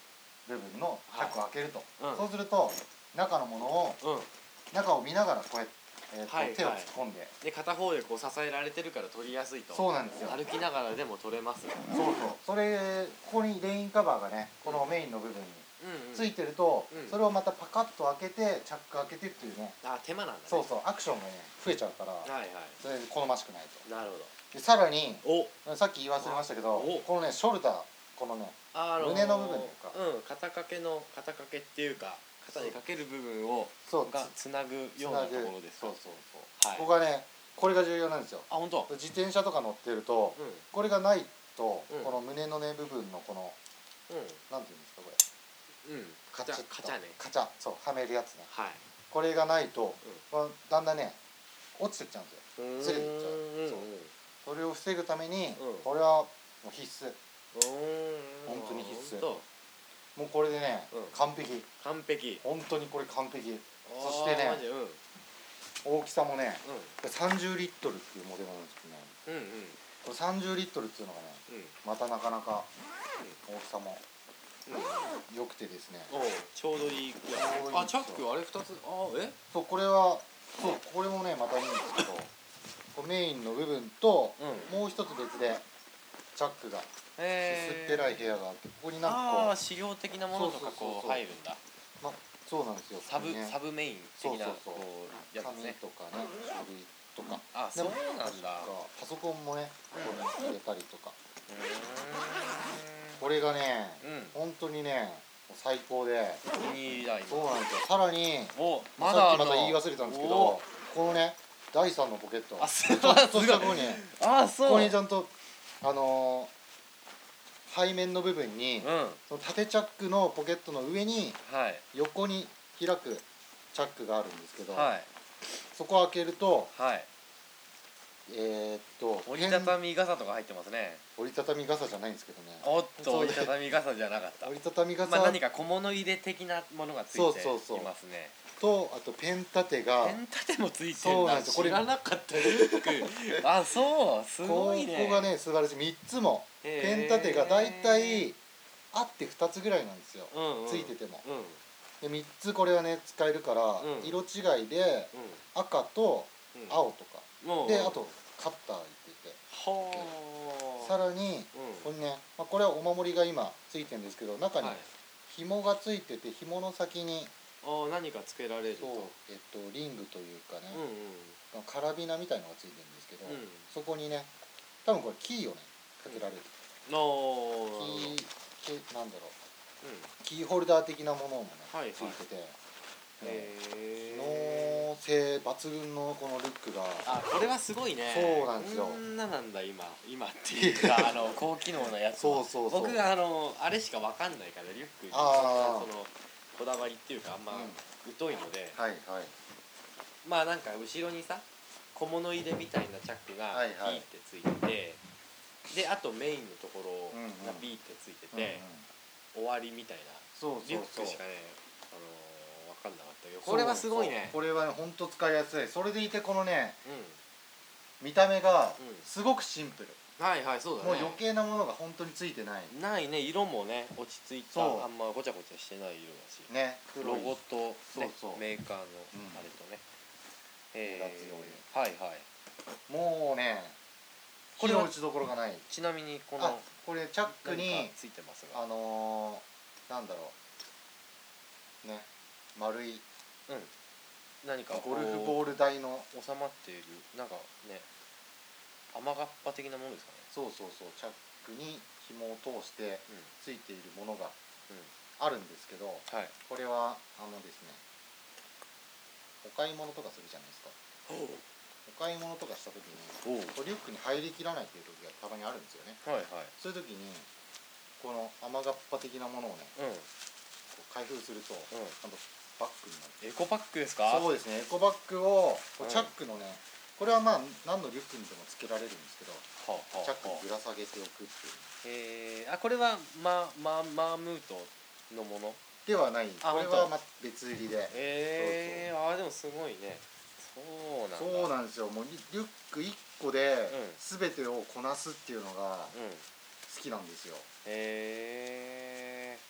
Speaker 3: 部分のチャックを開けると、
Speaker 2: うん
Speaker 3: そうすると中のものを
Speaker 2: うん
Speaker 3: 中を見ながらこうやって、えーと
Speaker 2: はいはい
Speaker 3: 手を突っ込んで、
Speaker 2: で片方でこう支えられてるから取りやすいと。
Speaker 3: そうなんですよ。
Speaker 2: 歩きながらでも取れます。
Speaker 3: そうそうそれここにレインカバーがねこのメインの部分に
Speaker 2: うんうん
Speaker 3: ついてると、
Speaker 2: うん
Speaker 3: それをまたパカッと開けてチャック開けてっていうね、
Speaker 2: あ手間なんだね。
Speaker 3: そうそうアクションがね増えちゃうから、
Speaker 2: はいはい
Speaker 3: それで好ましくないと。
Speaker 2: なるほ
Speaker 3: でさらに
Speaker 2: ど。お
Speaker 3: さっき言い忘れましたけど
Speaker 2: お
Speaker 3: このねショルダーこのね
Speaker 2: あのー
Speaker 3: 胸の部分というか
Speaker 2: うん肩掛けの肩掛けっていうか肩にかける部分を
Speaker 3: そう
Speaker 2: がつなぐようなところですか。
Speaker 3: そうそうそう、
Speaker 2: はい
Speaker 3: ここがねこれが重要なんですよ。
Speaker 2: あ本当。
Speaker 3: 自転車とか乗ってると、
Speaker 2: うん
Speaker 3: これがないと、
Speaker 2: うん
Speaker 3: この胸のね部分のこの
Speaker 2: う
Speaker 3: なんていうんですかこれ
Speaker 2: んうん
Speaker 3: カチッと
Speaker 2: カチャね。
Speaker 3: カチャそうはめるやつね。
Speaker 2: はい。
Speaker 3: これがないと、こうだんだんね落ちてっちゃうんですよ。ずれてっちゃう
Speaker 2: うん
Speaker 3: そうそれを防ぐために、
Speaker 2: うん
Speaker 3: これはもう必須。
Speaker 2: うん
Speaker 3: 本当に必須
Speaker 2: ほんと
Speaker 3: もうこれでね、
Speaker 2: うん
Speaker 3: 完璧。
Speaker 2: 完璧。
Speaker 3: 本当にこれ完璧。そ
Speaker 2: あー
Speaker 3: してね
Speaker 2: マジうんうん
Speaker 3: 大きさもねこれさんじゅうリットルっていうモデルなんですけどね、
Speaker 2: うんうん
Speaker 3: これさんじゅうリットルっていうのがね
Speaker 2: うん
Speaker 3: またなかなか大きさも
Speaker 2: うん
Speaker 3: 良くてですね、
Speaker 2: おうちょうどいいぐらい。
Speaker 3: ちょうどいいんですよ
Speaker 2: あチャックあれ二つあえ
Speaker 3: そうこれはそうこれもねまたいいんですけどこうメインの部分と、
Speaker 2: うん
Speaker 3: もう一つ別でチャックが
Speaker 2: へ
Speaker 3: 薄っぺらい部屋があってここになんかこう
Speaker 2: ああ資料的なものとかこう
Speaker 3: そうそうそうそう
Speaker 2: 入るんだ。
Speaker 3: ま、そうなんですよ
Speaker 2: サブ
Speaker 3: ね
Speaker 2: サブメイン的な
Speaker 3: そうそうそう
Speaker 2: こうやつね。
Speaker 3: 紙とかね書類とか
Speaker 2: あそうなんだ。
Speaker 3: パソコンもねここに入れたりとか
Speaker 2: うー
Speaker 3: これがね、
Speaker 2: うん
Speaker 3: 本当にね最高で
Speaker 2: んお気に入りだ今。
Speaker 3: そうなんですよさらに
Speaker 2: お
Speaker 3: ま
Speaker 2: まだあるの
Speaker 3: さっきまた言い忘れたんですけど
Speaker 2: お
Speaker 3: このねだいさんのポケット
Speaker 2: あす
Speaker 3: ちょっとしたところにね
Speaker 2: あそう。
Speaker 3: ここにちゃんとあのー、背面の部分に、
Speaker 2: うんはい
Speaker 3: その縦チャックのポケットの上に横に開くチャックがあるんですけど、
Speaker 2: はい
Speaker 3: そこを開けると
Speaker 2: はい。
Speaker 3: えー、っと
Speaker 2: 折りたたみ傘とか入ってますね。
Speaker 3: 折りたたみ傘じゃないんですけどね
Speaker 2: おっ
Speaker 3: そう
Speaker 2: と折りたたみ傘じゃなかった。
Speaker 3: 折りたたみ傘、
Speaker 2: まあ何か小物入れ的なものがついてい
Speaker 3: そうそうそう
Speaker 2: ますね。
Speaker 3: とあとペン立てが
Speaker 2: ペン立てもついて
Speaker 3: そう
Speaker 2: るんだ。
Speaker 3: なんですよこれ
Speaker 2: 知らなかったリュック。あそうすごいね。
Speaker 3: ここがね素晴らしいみっつも
Speaker 2: へー
Speaker 3: ペン立てがだいたいあってふたつぐらいなんですよ、
Speaker 2: うんうん
Speaker 3: ついてても
Speaker 2: うん
Speaker 3: でみっつこれはね使えるから、
Speaker 2: うん
Speaker 3: 色違いで赤と
Speaker 2: うんうん。
Speaker 3: 青とか、
Speaker 2: もう
Speaker 3: であとカッター入ってて
Speaker 2: はあ。
Speaker 3: さらにこれね、まあ、これはお守りが今ついてるんですけど中に
Speaker 2: はい
Speaker 3: 紐がついてて紐の先に
Speaker 2: あ何かつけられると。
Speaker 3: そう、えっと、リングというかね、
Speaker 2: うんうん
Speaker 3: カラビナみたいのがついてるんですけど、
Speaker 2: うん
Speaker 3: そこにね多分これキーをねかけられる、
Speaker 2: お
Speaker 3: キーキーなんだろう
Speaker 2: うん
Speaker 3: キーホルダー的なものもね、
Speaker 2: はいはい
Speaker 3: ついてて、
Speaker 2: へ
Speaker 3: 機
Speaker 2: え。
Speaker 3: 能性抜群のこのルックが
Speaker 2: あこれはすごいね。
Speaker 3: そうなんですよ
Speaker 2: こんななんだ今今っていうかあの高機能のやつは。
Speaker 3: そうそうそう
Speaker 2: 僕があのあれしかわかんないからリュックに
Speaker 3: あー
Speaker 2: そのこだわりっていうかあんま疎いので、
Speaker 3: はいはい
Speaker 2: まあなんか後ろにさ小物入れみたいなチャックが
Speaker 3: はいはい
Speaker 2: ピーってついてて、であとメインのところ
Speaker 3: うんうん
Speaker 2: がピーってついて
Speaker 3: うんうん
Speaker 2: て、終わりみたいな
Speaker 3: そう
Speaker 2: リュッ
Speaker 3: そうそう
Speaker 2: クしかねあのー、わかんなかったけどこれはすごいね。
Speaker 3: そうそうこれはねほんと使いやすいそれでいてこのね
Speaker 2: う
Speaker 3: 見た目が
Speaker 2: うん
Speaker 3: すごくシンプル、
Speaker 2: んはいはいそうだね。
Speaker 3: もう余計なものが本当についてない
Speaker 2: ないね色もね落ち着いた
Speaker 3: そう
Speaker 2: あんまごちゃごちゃしてない色だし、
Speaker 3: ね
Speaker 2: ロゴと、ね、
Speaker 3: そうそう
Speaker 2: メーカーの
Speaker 3: うん
Speaker 2: あれとね、え
Speaker 3: 目立つように
Speaker 2: ー、はいはい。
Speaker 3: もうね
Speaker 2: これは
Speaker 3: これは打ちどころがない
Speaker 2: ちなみにこ
Speaker 3: あ
Speaker 2: の
Speaker 3: これチャック
Speaker 2: 何
Speaker 3: に
Speaker 2: かついてますが
Speaker 3: あのー、なんだろうね丸い
Speaker 2: うん何か
Speaker 3: ゴルフ
Speaker 2: ー
Speaker 3: ボール台の
Speaker 2: 収まっているなんかね雨がっぱ的なものですかね。
Speaker 3: そうそうそうチャックに紐を通して
Speaker 2: うん
Speaker 3: ついているものが
Speaker 2: うん
Speaker 3: あるんですけど
Speaker 2: はい。
Speaker 3: これはあのですねお買い物とかするじゃないですかお買い物とかした時に
Speaker 2: おお
Speaker 3: こうリュックに入りきらないという時がたまにあるんですよね
Speaker 2: はいはい。
Speaker 3: そういう時にこの雨がっぱ的なものをね
Speaker 2: うん
Speaker 3: こう開封するとち
Speaker 2: うん
Speaker 3: ゃんとバッグになる
Speaker 2: エコパックですか。
Speaker 3: そうですねエコバッグをこ
Speaker 2: うん
Speaker 3: うチャックのねこれはまあ何のリュックにでもつけられるんですけど
Speaker 2: はあはあ
Speaker 3: チャック
Speaker 2: はあ
Speaker 3: にぶら下げておくっていう
Speaker 2: えー、あこれはマママームートのもの。
Speaker 3: ではない
Speaker 2: あ
Speaker 3: これはまあ別売りで
Speaker 2: えー、あーでもすごいね。そうなんだ。
Speaker 3: そうなんですよもうリリュックいっこで
Speaker 2: うん
Speaker 3: 全てをこなすっていうのが
Speaker 2: うん。
Speaker 3: 好きなんですよ
Speaker 2: へえー。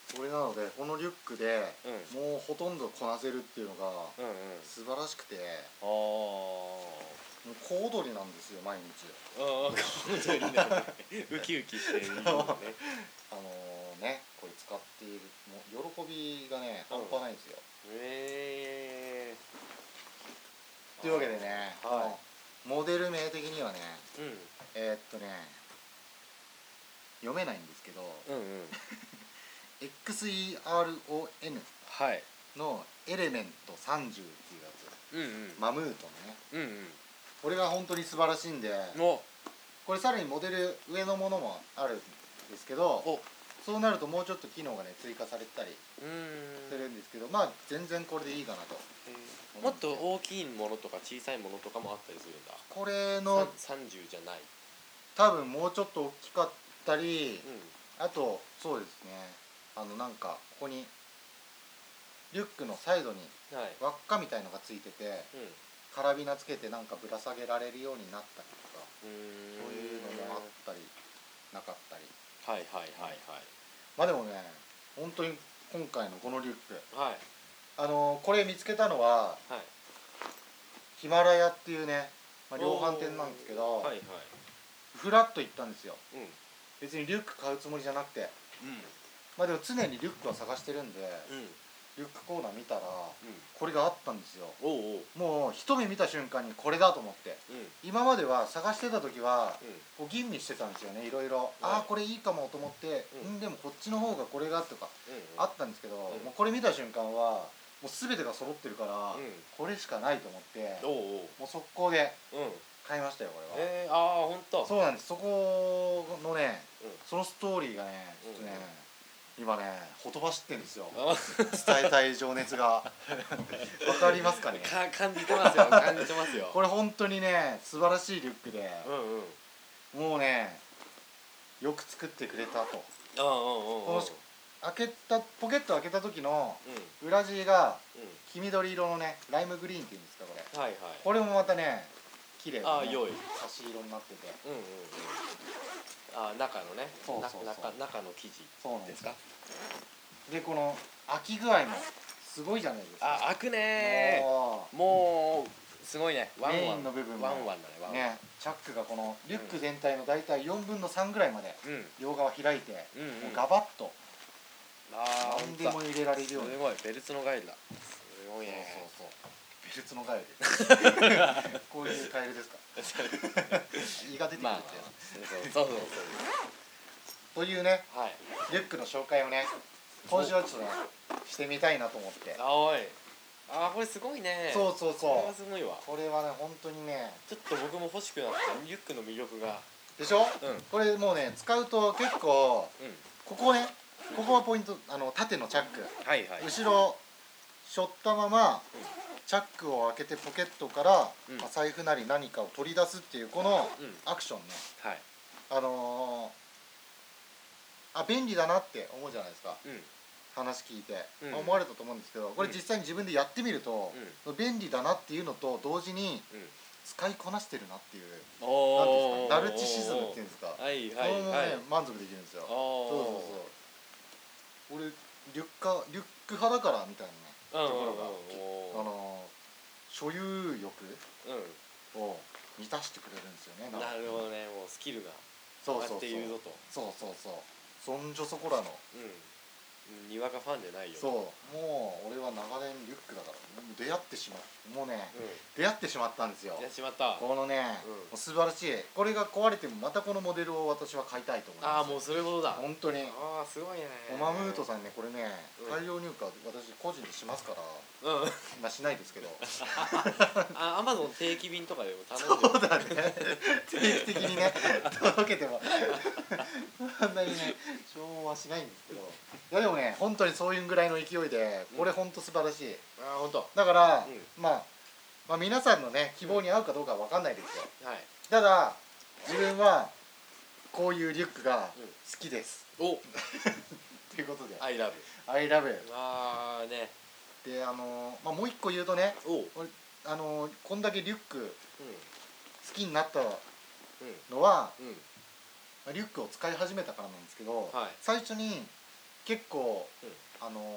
Speaker 3: それなのでこのリュックで
Speaker 2: うん
Speaker 3: もうほとんどこなせるっていうのが
Speaker 2: うんうん
Speaker 3: 素晴らしくて、
Speaker 2: あ
Speaker 3: もう小躍りなんですよ毎日。
Speaker 2: あああ本当にねウキウキしているよね
Speaker 3: あのー、ねこれ使っているもう喜びがね半端ないんですよ。
Speaker 2: へえ
Speaker 3: というわけでね、
Speaker 2: はい
Speaker 3: このモデル名的にはね
Speaker 2: うん
Speaker 3: えー、っとね読めないんですけど、
Speaker 2: うんうん
Speaker 3: エックスイーアールオーエヌ
Speaker 2: はい
Speaker 3: のエレメントさんじゅうっていうやつ、
Speaker 2: うんうん
Speaker 3: マムートのね、
Speaker 2: うんうん
Speaker 3: これが本当に素晴らしいんで、
Speaker 2: お
Speaker 3: これさらにモデル上のものもあるんですけど、
Speaker 2: お
Speaker 3: そうなるともうちょっと機能がね追加されたり
Speaker 2: うーん
Speaker 3: するんですけど、まあ全然これでいいかなと。
Speaker 2: えーもっと大きいものとか小さいものとかもあったりするんだ
Speaker 3: これの
Speaker 2: さんじゅうじゃない
Speaker 3: 多分もうちょっと大きかったり、
Speaker 2: う
Speaker 3: あとそうですね、あのなんかここにリュックのサイドに
Speaker 2: んはい
Speaker 3: 輪っかみたいのがついてて、
Speaker 2: うん
Speaker 3: カラビナつけてなんかぶら下げられるようになったりとか、
Speaker 2: うーん
Speaker 3: そういうのもあったりなかったり、
Speaker 2: はいはいはい
Speaker 3: まあでもね本当に今回のこのリュック、
Speaker 2: はいはい
Speaker 3: あのこれ見つけたのは
Speaker 2: はい
Speaker 3: ヒマラヤっていうね、まあ、量販店なんですけど、
Speaker 2: はいはい
Speaker 3: フラッと行ったんですよ。
Speaker 2: うん
Speaker 3: 別にリュック買うつもりじゃなくて、
Speaker 2: うん
Speaker 3: まあでも常にリュックは探してるんで、
Speaker 2: うん
Speaker 3: リュックコーナー見たら
Speaker 2: うん
Speaker 3: これがあったんですよ。
Speaker 2: おうおう
Speaker 3: もう一目見た瞬間にこれだと思って、
Speaker 2: うん
Speaker 3: 今までは探してた時は
Speaker 2: うん
Speaker 3: こう吟味してたんですよね、いろいろ。
Speaker 2: はい
Speaker 3: ああこれいいかもと思って、
Speaker 2: う
Speaker 3: うんんでもこっちの方がこれがとか
Speaker 2: うん
Speaker 3: あったんですけど、
Speaker 2: ん
Speaker 3: もうこれ見た瞬間はもう全てが揃ってるから、
Speaker 2: うん
Speaker 3: これしかないと思って、
Speaker 2: おうおう
Speaker 3: もう速攻で
Speaker 2: うん
Speaker 3: 買いましたよこれは。
Speaker 2: えー、ああほんと
Speaker 3: そうなんです。そこのね
Speaker 2: うん
Speaker 3: そのストーリーがねちょっとね、今ねほとばしってんですよ、
Speaker 2: あ
Speaker 3: 伝えたい情熱がわかりますかね。
Speaker 2: か感じてますよ感じてますよ
Speaker 3: これ本当にね素晴らしいリュックで、
Speaker 2: うんうん
Speaker 3: もうねよく作ってくれたと。
Speaker 2: ああうんうんうん
Speaker 3: この開けたポケット開けた時の
Speaker 2: うん
Speaker 3: 裏地が
Speaker 2: うん
Speaker 3: 黄緑色のねライムグリーンっていうんですかこれ。
Speaker 2: はいはい
Speaker 3: これもまたね綺麗なね
Speaker 2: ああ良い
Speaker 3: 差し色になってて、
Speaker 2: うんうんうんあー中のね
Speaker 3: そうそうそう
Speaker 2: な中中の生地
Speaker 3: そうなんです
Speaker 2: ですか
Speaker 3: でこの開き具合もすごいじゃないですか。
Speaker 2: あ開くね
Speaker 3: も
Speaker 2: ーもうすごいねワン
Speaker 3: メイ
Speaker 2: ワン
Speaker 3: ンの部分も
Speaker 2: ワンワンだねワンワン
Speaker 3: うねチャックがこのリュック全体の大体よんぶんのさんぐらいまで
Speaker 2: うん
Speaker 3: 両側開いて、
Speaker 2: うんうん
Speaker 3: もうガバッと
Speaker 2: ああ
Speaker 3: 何でも入れられる
Speaker 2: す
Speaker 3: ように。
Speaker 2: ごいベルツのガイルだすごいね
Speaker 3: そうそうそうベルツのガエルこういうカエルですか胃が出てくるって
Speaker 2: まあ
Speaker 3: や
Speaker 2: そうそうそうそう
Speaker 3: つというね
Speaker 2: はい
Speaker 3: リュックの紹介をね今週はちょっとねしてみたいなと思って。
Speaker 2: あおいあーこれすごいね
Speaker 3: そうそう
Speaker 2: これは
Speaker 3: そう
Speaker 2: すごいわ
Speaker 3: これはね本当にね
Speaker 2: ちょっと僕も欲しくなったリュックの魅力が
Speaker 3: でしょ、
Speaker 2: うんうん
Speaker 3: これもうね使うと結構ここねここがポイント、あの縦のチャック、
Speaker 2: はいはい
Speaker 3: 後ろしょったままチャックを開けてポケットから、
Speaker 2: うん
Speaker 3: まあ財布なり何かを取り出すっていうこの
Speaker 2: うん
Speaker 3: アクションね、
Speaker 2: はい
Speaker 3: あのー、あ便利だなって思うじゃないですか、
Speaker 2: うん
Speaker 3: 話聞いて、
Speaker 2: うん
Speaker 3: まあ思われたと思うんですけど、これ実際に自分でやってみると、便利だなっていうのと同時に
Speaker 2: うん
Speaker 3: 使いこなしてるなっていう、
Speaker 2: お
Speaker 3: なんていうんですかナルチシズムっていうんですか、
Speaker 2: はい
Speaker 3: これもね、
Speaker 2: はいはい
Speaker 3: 満足できるんですよ。
Speaker 2: あ
Speaker 3: そうそうそう俺リュッカリュック派だからみたいなね、ところがあの所有欲
Speaker 2: うん
Speaker 3: を満たしてくれるんですよね。
Speaker 2: なるほどねもうスキルが
Speaker 3: そうそうそう
Speaker 2: 上がっているぞと
Speaker 3: そうそうそうそんじょそこらの
Speaker 2: うんにわかファンでないよ
Speaker 3: そうもう俺は長年リュックだからもう出会ってしまうもうね
Speaker 2: うん
Speaker 3: 出会ってしまったんですよ。
Speaker 2: やっちまった
Speaker 3: このね、
Speaker 2: うん
Speaker 3: もう素晴らしい。これが壊れてもまたこのモデルを私は買いたいと思います。
Speaker 2: ああもうそういうことだ
Speaker 3: 本当に
Speaker 2: ああすごいね
Speaker 3: オマムートさんねこれね、
Speaker 2: うん
Speaker 3: 大量入荷私個人でしますから
Speaker 2: うん
Speaker 3: 今しないですけど
Speaker 2: あアマゾン定期便とかでも頼んで
Speaker 3: そうだね定期的にね届けてもそんなにね消耗はしないんですけど、いやでもね本当にそういうぐらいの勢いでこれ本当素晴らしい。
Speaker 2: ああ本当
Speaker 3: だから、
Speaker 2: う
Speaker 3: まあまあ皆さんのね希望に合うかどうかは分かんないですよ。
Speaker 2: はい
Speaker 3: ただ自分はこういうリュックが好きです、
Speaker 2: お
Speaker 3: ということで
Speaker 2: アイラブ
Speaker 3: I love it
Speaker 2: ああね
Speaker 3: であのーまあ、もう一個言うとね
Speaker 2: おう
Speaker 3: 俺あのーこんだけリュック
Speaker 2: う
Speaker 3: 好きになった
Speaker 2: ん
Speaker 3: のは、
Speaker 2: うんうん
Speaker 3: まあリュックを使い始めたからなんですけど、
Speaker 2: はい
Speaker 3: 最初に結構、
Speaker 2: うん
Speaker 3: あの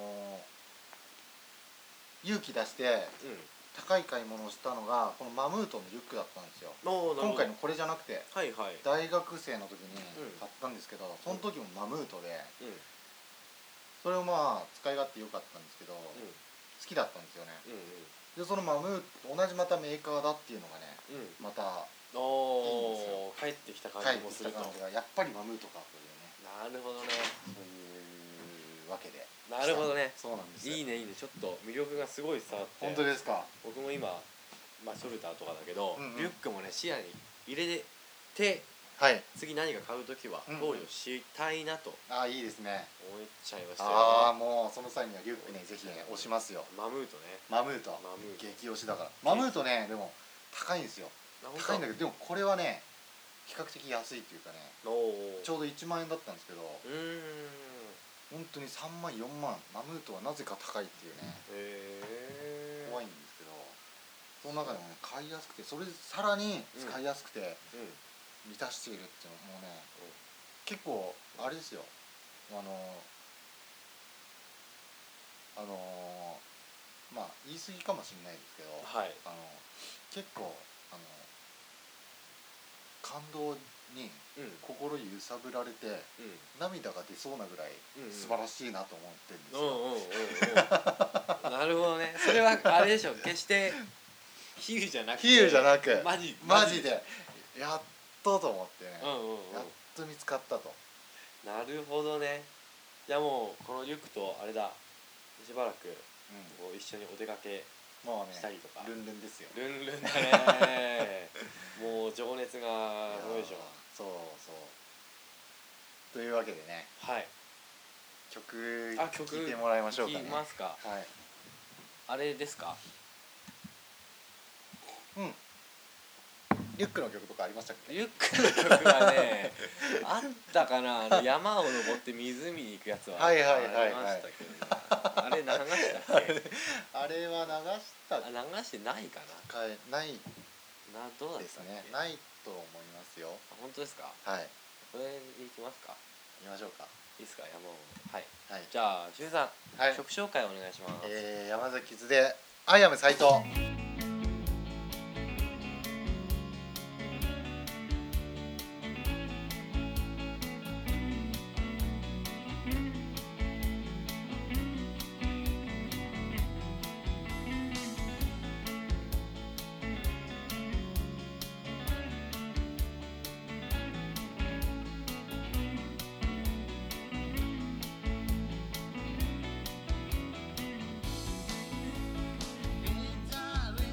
Speaker 3: ー、勇気出して
Speaker 2: うん
Speaker 3: 高い買い物をしたのがこのマムートのリュックだったんですよ。
Speaker 2: おーなるほど
Speaker 3: 今回のこれじゃなくて
Speaker 2: はいはい
Speaker 3: 大学生の時に
Speaker 2: うん
Speaker 3: 買ったんですけど、その時もマムートで
Speaker 2: うん
Speaker 3: それをまあ使い勝手良かったんですけど、好きだったんですよね。
Speaker 2: うんうん
Speaker 3: でそのマムート同じまたメーカーだっていうのがね
Speaker 2: うん
Speaker 3: また
Speaker 2: おー帰ってきた感
Speaker 3: 帰って
Speaker 2: じもすると
Speaker 3: きた感じがやっぱりマムートかというね、
Speaker 2: なるほどね
Speaker 3: そういうわけで。
Speaker 2: なるほどね
Speaker 3: そうなんですよ。
Speaker 2: いいねいいねちょっと魅力がすごい伝わって
Speaker 3: 本当ですか。
Speaker 2: 僕も今まあショルダーとかだけど、
Speaker 3: うんうん
Speaker 2: リュックもね視野に入れて
Speaker 3: はい。
Speaker 2: 次何か買うときは
Speaker 3: うん
Speaker 2: 考慮したいなと
Speaker 3: ああいいですね。
Speaker 2: 思っちゃいましたよ、
Speaker 3: ああもうその際にはリュックねぜひね押しますよ。
Speaker 2: マムートね
Speaker 3: マムート
Speaker 2: マムート
Speaker 3: 激推しだから。マムートねでも高いんですよ。
Speaker 2: あ本当
Speaker 3: 高いんだけどでもこれはね比較的安いっていうかね
Speaker 2: おー
Speaker 3: ちょうどいちまん円だったんですけど
Speaker 2: うーん
Speaker 3: 本当にさんまんよんまんマムートはなぜか高いっていうね
Speaker 2: へえ
Speaker 3: 怖いんですけどその中でもね買いやすくてそれさらに使いやすくて
Speaker 2: うん
Speaker 3: 満たしているっていうのもね結構あれですよあのあのまあ言い過ぎかもしれないですけど
Speaker 2: はい
Speaker 3: あの結構あの感動に
Speaker 2: うん
Speaker 3: 心揺さぶられて
Speaker 2: うん
Speaker 3: 涙が出そうなぐらい
Speaker 2: うんうん
Speaker 3: 素晴らしいなと思ってるんです
Speaker 2: うん
Speaker 3: よ。
Speaker 2: うんうんうんなるほどねそれはあれでしょ決して比喩じゃなくて
Speaker 3: 比喩じゃなく
Speaker 2: マジ
Speaker 3: マジでやっとと思ってね、
Speaker 2: うんうんうん
Speaker 3: やっと見つかったと。
Speaker 2: なるほどねじゃあもうこのリュックとあれだしばらく
Speaker 3: う
Speaker 2: こう一緒にお出かけ
Speaker 3: ん、もうね
Speaker 2: したりとか
Speaker 3: ルンルンですよ。
Speaker 2: ルンルンだねもう情熱がすごいでしょ
Speaker 3: やーそうそうというわけでね
Speaker 2: はい
Speaker 3: 曲
Speaker 2: あ曲
Speaker 3: 聴いてもらいましょうかね。
Speaker 2: 聞きますか
Speaker 3: はい。
Speaker 2: あれですか
Speaker 3: うんリュックの曲とかありましたっけ？
Speaker 2: リュックの曲はねあったかなあの山を登って湖に行くやつは
Speaker 3: はいはいはいはい
Speaker 2: ありましたけどねあれ流したっけ
Speaker 3: あれは流した
Speaker 2: あ流してないか
Speaker 3: かえない
Speaker 2: ななどうだっ
Speaker 3: です
Speaker 2: たっけ
Speaker 3: ね。ないと思いますよ。
Speaker 2: あ本当ですか
Speaker 3: はい。
Speaker 2: これでいきますか
Speaker 3: 行きましょうか。
Speaker 2: いいですか山をはい
Speaker 3: はい。
Speaker 2: じゃあしゅうさん、
Speaker 3: はい。
Speaker 2: 曲紹介お願いします、
Speaker 3: えー、山崎図でアイアム斉藤。
Speaker 4: 「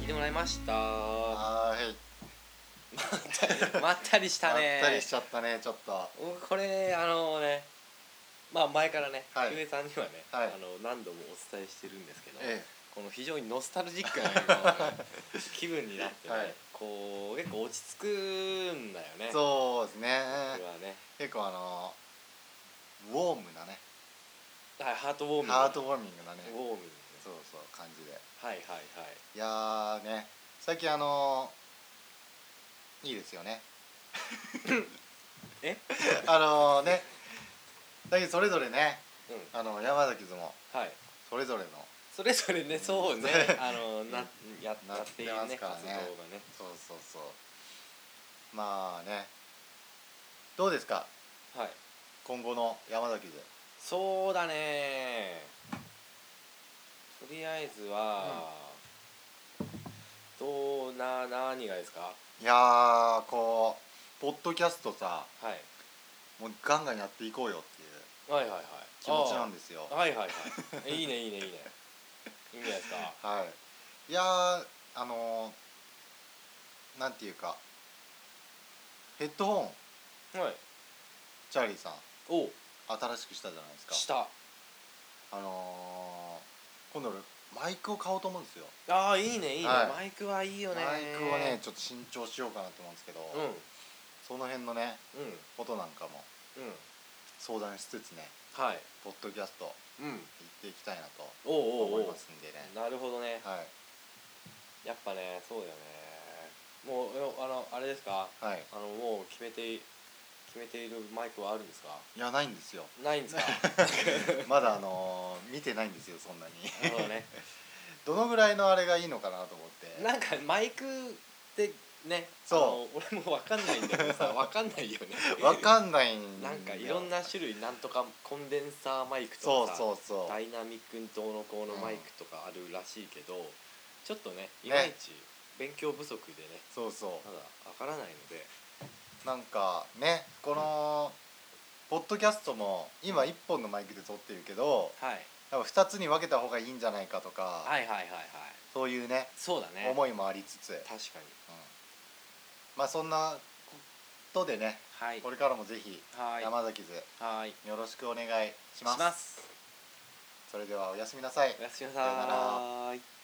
Speaker 2: てもらいました。
Speaker 3: はーい
Speaker 2: まったりしたね。
Speaker 3: まったりしちゃったねちょっと。
Speaker 2: これあのね、まあ前からね、
Speaker 3: はい
Speaker 2: ひゅうえいさんにはね、
Speaker 3: はい
Speaker 2: あの何度もお伝えしてるんですけど、
Speaker 3: え
Speaker 2: この非常にノスタルジックな、ね、気分になってね、
Speaker 3: はい
Speaker 2: こう結構落ち着くんだよね。
Speaker 3: えそうですね。
Speaker 2: 僕はね、
Speaker 3: 結構あのウォームなね、
Speaker 2: はい、ハートウォーミングな
Speaker 3: ハートウォーミングなね、
Speaker 2: ウォーミングね。
Speaker 3: そうそう感じで。
Speaker 2: はいはいはい。
Speaker 3: いやーね、最近あのいいですよね。
Speaker 2: え
Speaker 3: あのね、最近それぞれね、
Speaker 2: うん、
Speaker 3: あの山崎図も
Speaker 2: はい。
Speaker 3: それぞれの
Speaker 2: それぞれね、そうね、あのなや
Speaker 3: なっ
Speaker 2: やっている
Speaker 3: ます
Speaker 2: ね活動が
Speaker 3: からね
Speaker 2: ね。
Speaker 3: そうそうそう。まあね、どうですか
Speaker 2: はい。
Speaker 3: 今後の山崎図。
Speaker 2: そうだね。とりあえずは、どうな何がですか。
Speaker 3: いやーこうポッドキャストさ、
Speaker 2: はい
Speaker 3: もうガンガンやっていこうよっていう
Speaker 2: はいはいはい。
Speaker 3: 気持ちなんですよ。
Speaker 2: あーはいはいはい。いいねいいねいいね。いいんじゃないですか。
Speaker 3: はい。いやーあのー、なんていうかヘッドホン
Speaker 2: はい。
Speaker 3: チャーリーさん
Speaker 2: おう
Speaker 3: 新しくしたじゃないですか。
Speaker 2: した。
Speaker 3: あのー、今度俺マイクを買おうと思うんですよ。
Speaker 2: ああいいねいいね、
Speaker 3: はい
Speaker 2: マイクはいいよね。
Speaker 3: マイクをねちょっと新調しようかなと思うんですけど、
Speaker 2: うん
Speaker 3: その辺のね
Speaker 2: うん
Speaker 3: ことなんかも
Speaker 2: うん
Speaker 3: 相談しつつね、
Speaker 2: はい
Speaker 3: ポッドキャスト
Speaker 2: うん。
Speaker 3: 行っていきたいなと
Speaker 2: おうおうお
Speaker 3: 思いうますんでね。
Speaker 2: なるほどね。
Speaker 3: はい
Speaker 2: やっぱねそうだよね。もうあのあれですか。
Speaker 3: はい。
Speaker 2: あのもう決めて決めているマイクはあるんですか。
Speaker 3: いやないんですよ。
Speaker 2: ないんですか。
Speaker 3: まだあのー、見てないんですよそんなに。
Speaker 2: なるほどね。
Speaker 3: どのぐらいのあれがいいのかなと思って。
Speaker 2: なんかマイクってね、
Speaker 3: そう
Speaker 2: あの俺もわかんないんだけどさ、わかんないよね。
Speaker 3: わかんないんだよ。
Speaker 2: なんかいろんな種類なんとかコンデンサーマイク
Speaker 3: そう
Speaker 2: とかさ、
Speaker 3: そうそう。
Speaker 2: ダイナミックどうのこうのマイクとかあるらしいけど、ちょっとねい
Speaker 3: ね
Speaker 2: まいち勉強不足でね
Speaker 3: そうそ
Speaker 2: まだわからないので。
Speaker 3: う。なんかねこのポッドキャストも今いっぽんのマイクで撮ってるけど、
Speaker 2: はい
Speaker 3: やっぱふたつに分けた方がいいんじゃないかとか、
Speaker 2: はいはいはいはい。
Speaker 3: そういうね
Speaker 2: そうだね。
Speaker 3: 思いもありつつ、うん、
Speaker 2: 確かに。
Speaker 3: まあそんなことでね、
Speaker 2: はい
Speaker 3: これからもぜひ
Speaker 2: はい
Speaker 3: 山崎図
Speaker 2: はい
Speaker 3: よろしくお願いします。
Speaker 2: します。
Speaker 3: それではおやすみなさい。
Speaker 2: おやすみな
Speaker 3: さような
Speaker 2: さーい。